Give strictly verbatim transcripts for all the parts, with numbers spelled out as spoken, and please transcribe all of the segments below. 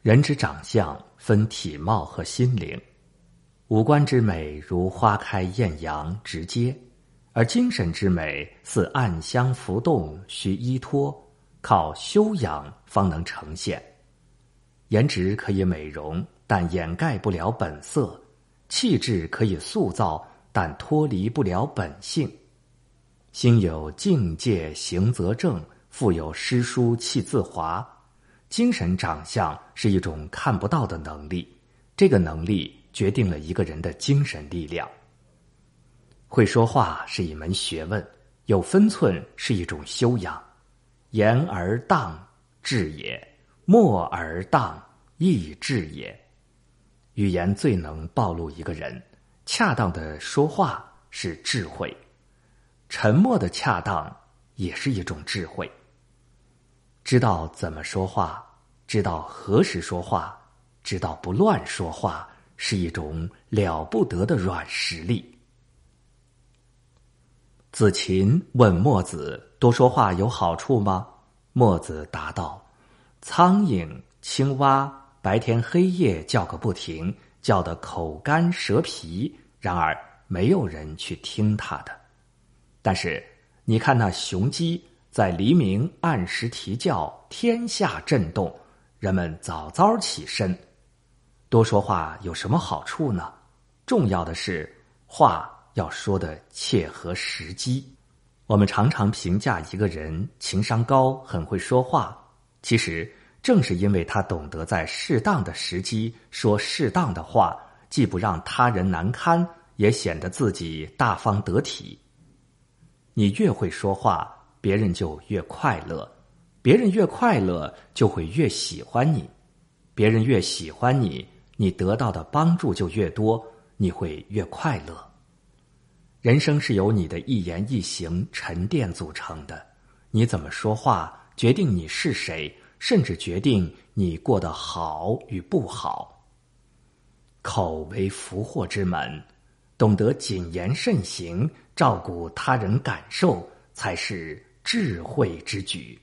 人之长相分体貌和心灵，五官之美如花开艳阳直接，而精神之美似暗香浮动，需依托，靠修养方能呈现。颜值可以美容，但掩盖不了本色；气质可以塑造，但脱离不了本性。心有境界行则正，腹有诗书气自华。精神长相是一种看不到的能力，这个能力决定了一个人的精神力量。会说话是一门学问，有分寸是一种修养。言而当，智也；默而当，亦智也。语言最能暴露一个人，恰当的说话是智慧，沉默的恰当也是一种智慧。知道怎么说话，知道何时说话，知道不乱说话，是一种了不得的软实力。子禽问墨子，多说话有好处吗？墨子答道，苍蝇、青蛙白天黑夜叫个不停，叫得口干舌皮，然而没有人去听他的。但是你看那雄鸡在黎明按时啼叫，天下震动，人们早早起身。多说话有什么好处呢？重要的是话要说得切合时机。我们常常评价一个人情商高，很会说话，其实正是因为他懂得在适当的时机说适当的话，既不让他人难堪，也显得自己大方得体。你越会说话，别人就越快乐，别人越快乐，就会越喜欢你，别人越喜欢你，你得到的帮助就越多，你会越快乐。人生是由你的一言一行沉淀组成的，你怎么说话，决定你是谁，甚至决定你过得好与不好。口为福祸之门，懂得谨言慎行，照顾他人感受，才是智慧之举。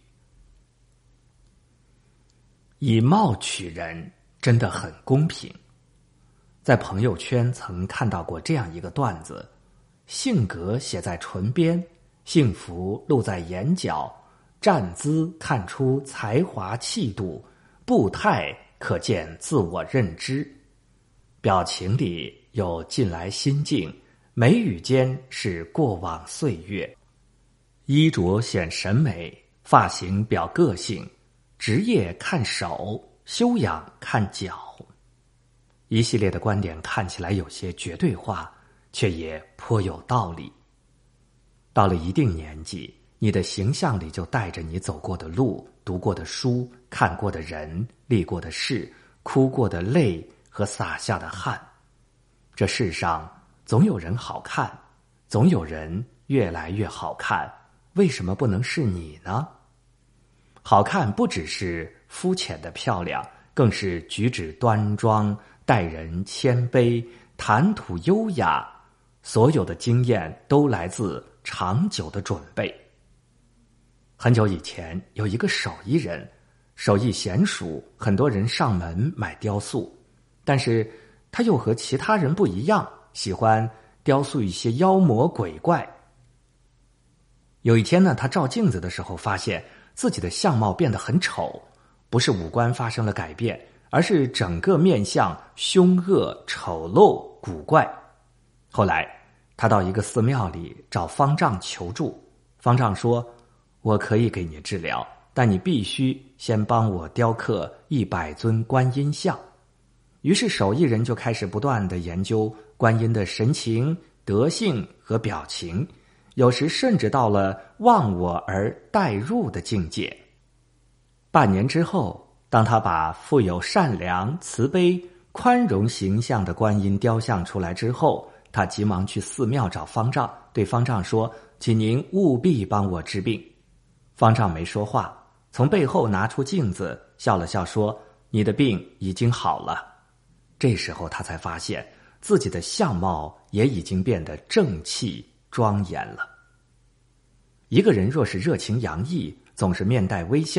以貌取人真的很公平。在朋友圈曾看到过这样一个段子，性格写在唇边，幸福露在眼角，站姿看出才华气度，步态可见自我认知，表情里有近来心境，眉宇间是过往岁月。衣着显审美，发型表个性，职业看手，修养看脚。一系列的观点看起来有些绝对化，却也颇有道理。到了一定年纪，你的形象里就带着你走过的路，读过的书，看过的人，历过的事，哭过的泪和洒下的汗。这世上总有人好看，总有人越来越好看，为什么不能是你呢？好看不只是肤浅的漂亮，更是举止端庄，待人谦卑，谈吐优雅，所有的经验都来自长久的准备。很久以前，有一个手艺人，手艺娴熟，很多人上门买雕塑，但是他又和其他人不一样，喜欢雕塑一些妖魔鬼怪。有一天呢，他照镜子的时候发现自己的相貌变得很丑，不是五官发生了改变，而是整个面相凶恶、丑陋、古怪。后来他到一个寺庙里找方丈求助，方丈说，我可以给你治疗，但你必须先帮我雕刻一百尊观音像。于是手艺人就开始不断地研究观音的神情、德性和表情，有时甚至到了忘我而代入的境界。半年之后，当他把富有善良、慈悲、宽容形象的观音雕像出来之后，他急忙去寺庙找方丈，对方丈说，请您务必帮我治病。方丈没说话，从背后拿出镜子，笑了笑说，你的病已经好了。这时候他才发现自己的相貌也已经变得正气庄严了。一个人若是热情洋溢，总是面带微笑，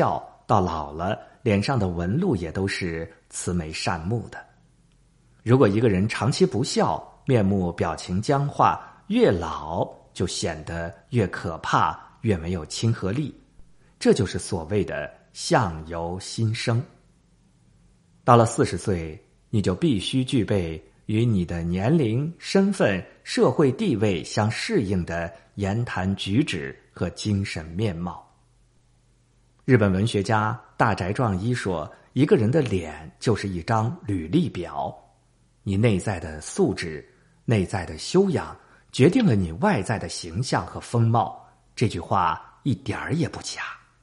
到老了，脸上的纹路也都是慈眉善目的。如果一个人长期不笑，面目表情僵化，越老就显得越可怕，越没有亲和力。这就是所谓的相由心生。到了四十岁，你就必须具备与你的年龄、身份、社会地位相适应的言谈举止和精神面貌。日本文学家大宅壮一说，一个人的脸就是一张履历表，你内在的素质、内在的修养决定了你外在的形象和风貌。这句话一点儿也不假。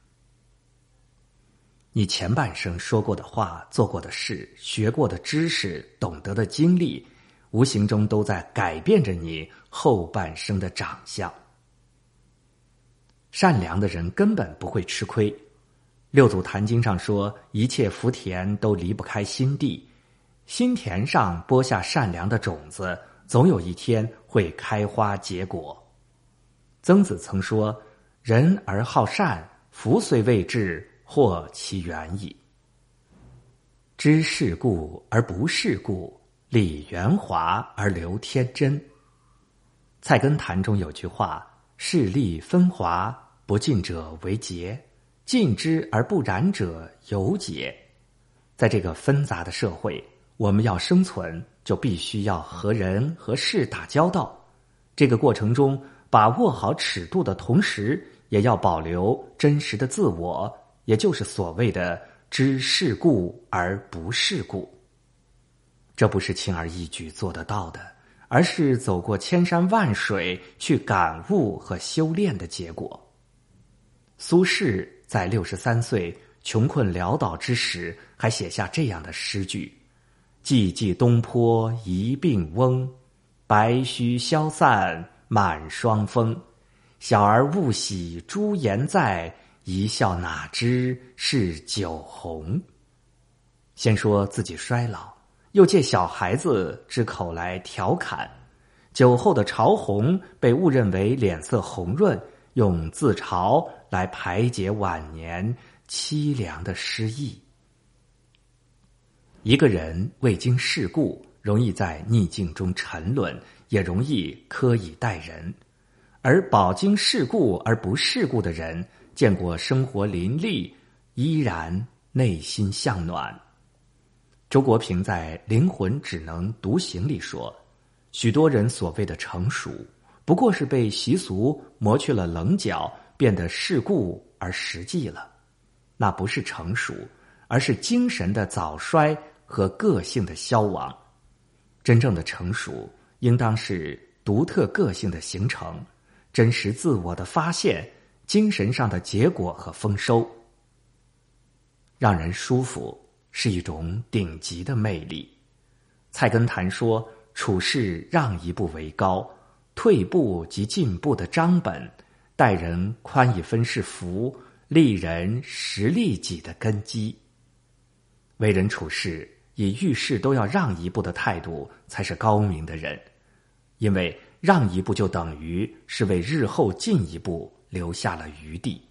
你前半生说过的话、做过的事、学过的知识、懂得的经历，无形中都在改变着你后半生的长相。善良的人根本不会吃亏。六祖坛经上说，一切福田都离不开心地，心田上播下善良的种子，总有一天会开花结果。曾子曾说，人而好善，福虽未至，祸其远矣。知世故而不世故，理圆滑而留天真。菜根谭中有句话，势利分华，不进者为节，尽之而不染者尤节。在这个纷杂的社会，我们要生存，就必须要和人和事打交道。这个过程中，把握好尺度的同时，也要保留真实的自我，也就是所谓的知世故而不世故。这不是轻而易举做得到的，而是走过千山万水去感悟和修炼的结果。苏轼在六十三岁穷困潦倒之时，还写下这样的诗句：寂寂东坡一病翁，白须消散满霜风。小儿勿喜朱颜在，一笑哪知是酒红。先说自己衰老，又借小孩子之口来调侃。酒后的潮红被误认为脸色红润，用自嘲来排解晚年凄凉的失意。一个人未经世故，容易在逆境中沉沦，也容易苛以待人。而饱经世故而不世故的人，见过生活淋漓，依然内心向暖。周国平在《灵魂只能独行》里说，许多人所谓的成熟，不过是被习俗磨去了棱角，变得世故而实际了。那不是成熟，而是精神的早衰和个性的消亡。真正的成熟，应当是独特个性的形成，真实自我的发现，精神上的结果和丰收。让人舒服是一种顶级的魅力。菜根谭说，处事让一步为高，退步即进步的章本，待人宽一分是福，利人实利己的根基。为人处事，以遇事都要让一步的态度，才是高明的人。因为让一步就等于是为日后进一步留下了余地。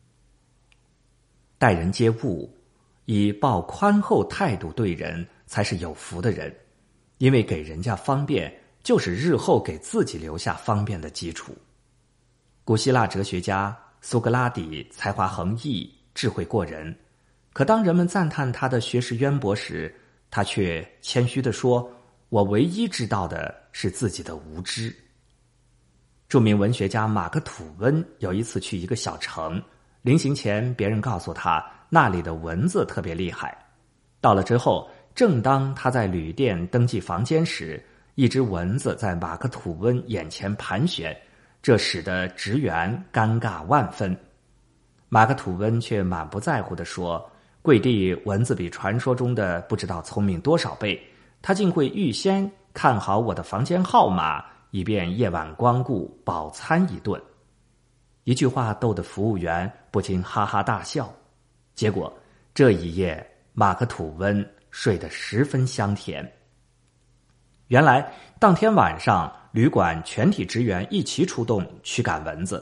待人接物，以抱宽厚态度对人，才是有福的人。因为给人家方便，就是日后给自己留下方便的基础。古希腊哲学家苏格拉底才华横溢，智慧过人，可当人们赞叹他的学识渊博时，他却谦虚地说，我唯一知道的是自己的无知。著名文学家马克吐温有一次去一个小城，临行前别人告诉他那里的蚊子特别厉害。到了之后，正当他在旅店登记房间时，一只蚊子在马克吐温眼前盘旋，这使得职员尴尬万分。马克吐温却满不在乎地说，贵地蚊子比传说中的不知道聪明多少倍，他竟会预先看好我的房间号码，以便夜晚光顾饱餐一顿。一句话逗得服务员不禁哈哈大笑。结果这一夜马克吐温睡得十分香甜。原来当天晚上旅馆全体职员一起出动驱赶蚊子，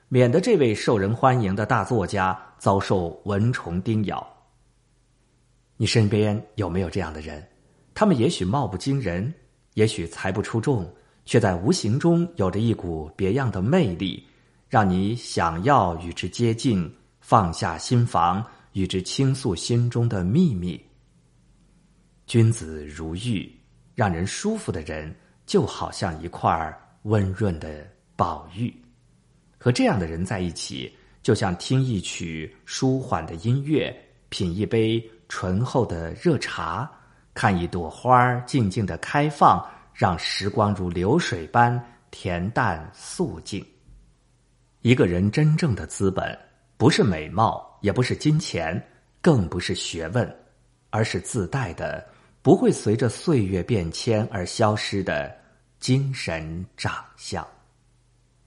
免得这位受人欢迎的大作家遭受蚊虫叮咬。你身边有没有这样的人？他们也许貌不惊人，也许才不出众，却在无形中有着一股别样的魅力，让你想要与之接近，放下心防，与之倾诉心中的秘密。君子如玉，让人舒服的人就好像一块温润的宝玉。和这样的人在一起，就像听一曲舒缓的音乐，品一杯醇厚的热茶，看一朵花静静的开放，让时光如流水般恬淡肃静。一个人真正的资本，不是美貌，也不是金钱，更不是学问，而是自带的不会随着岁月变迁而消失的精神长相。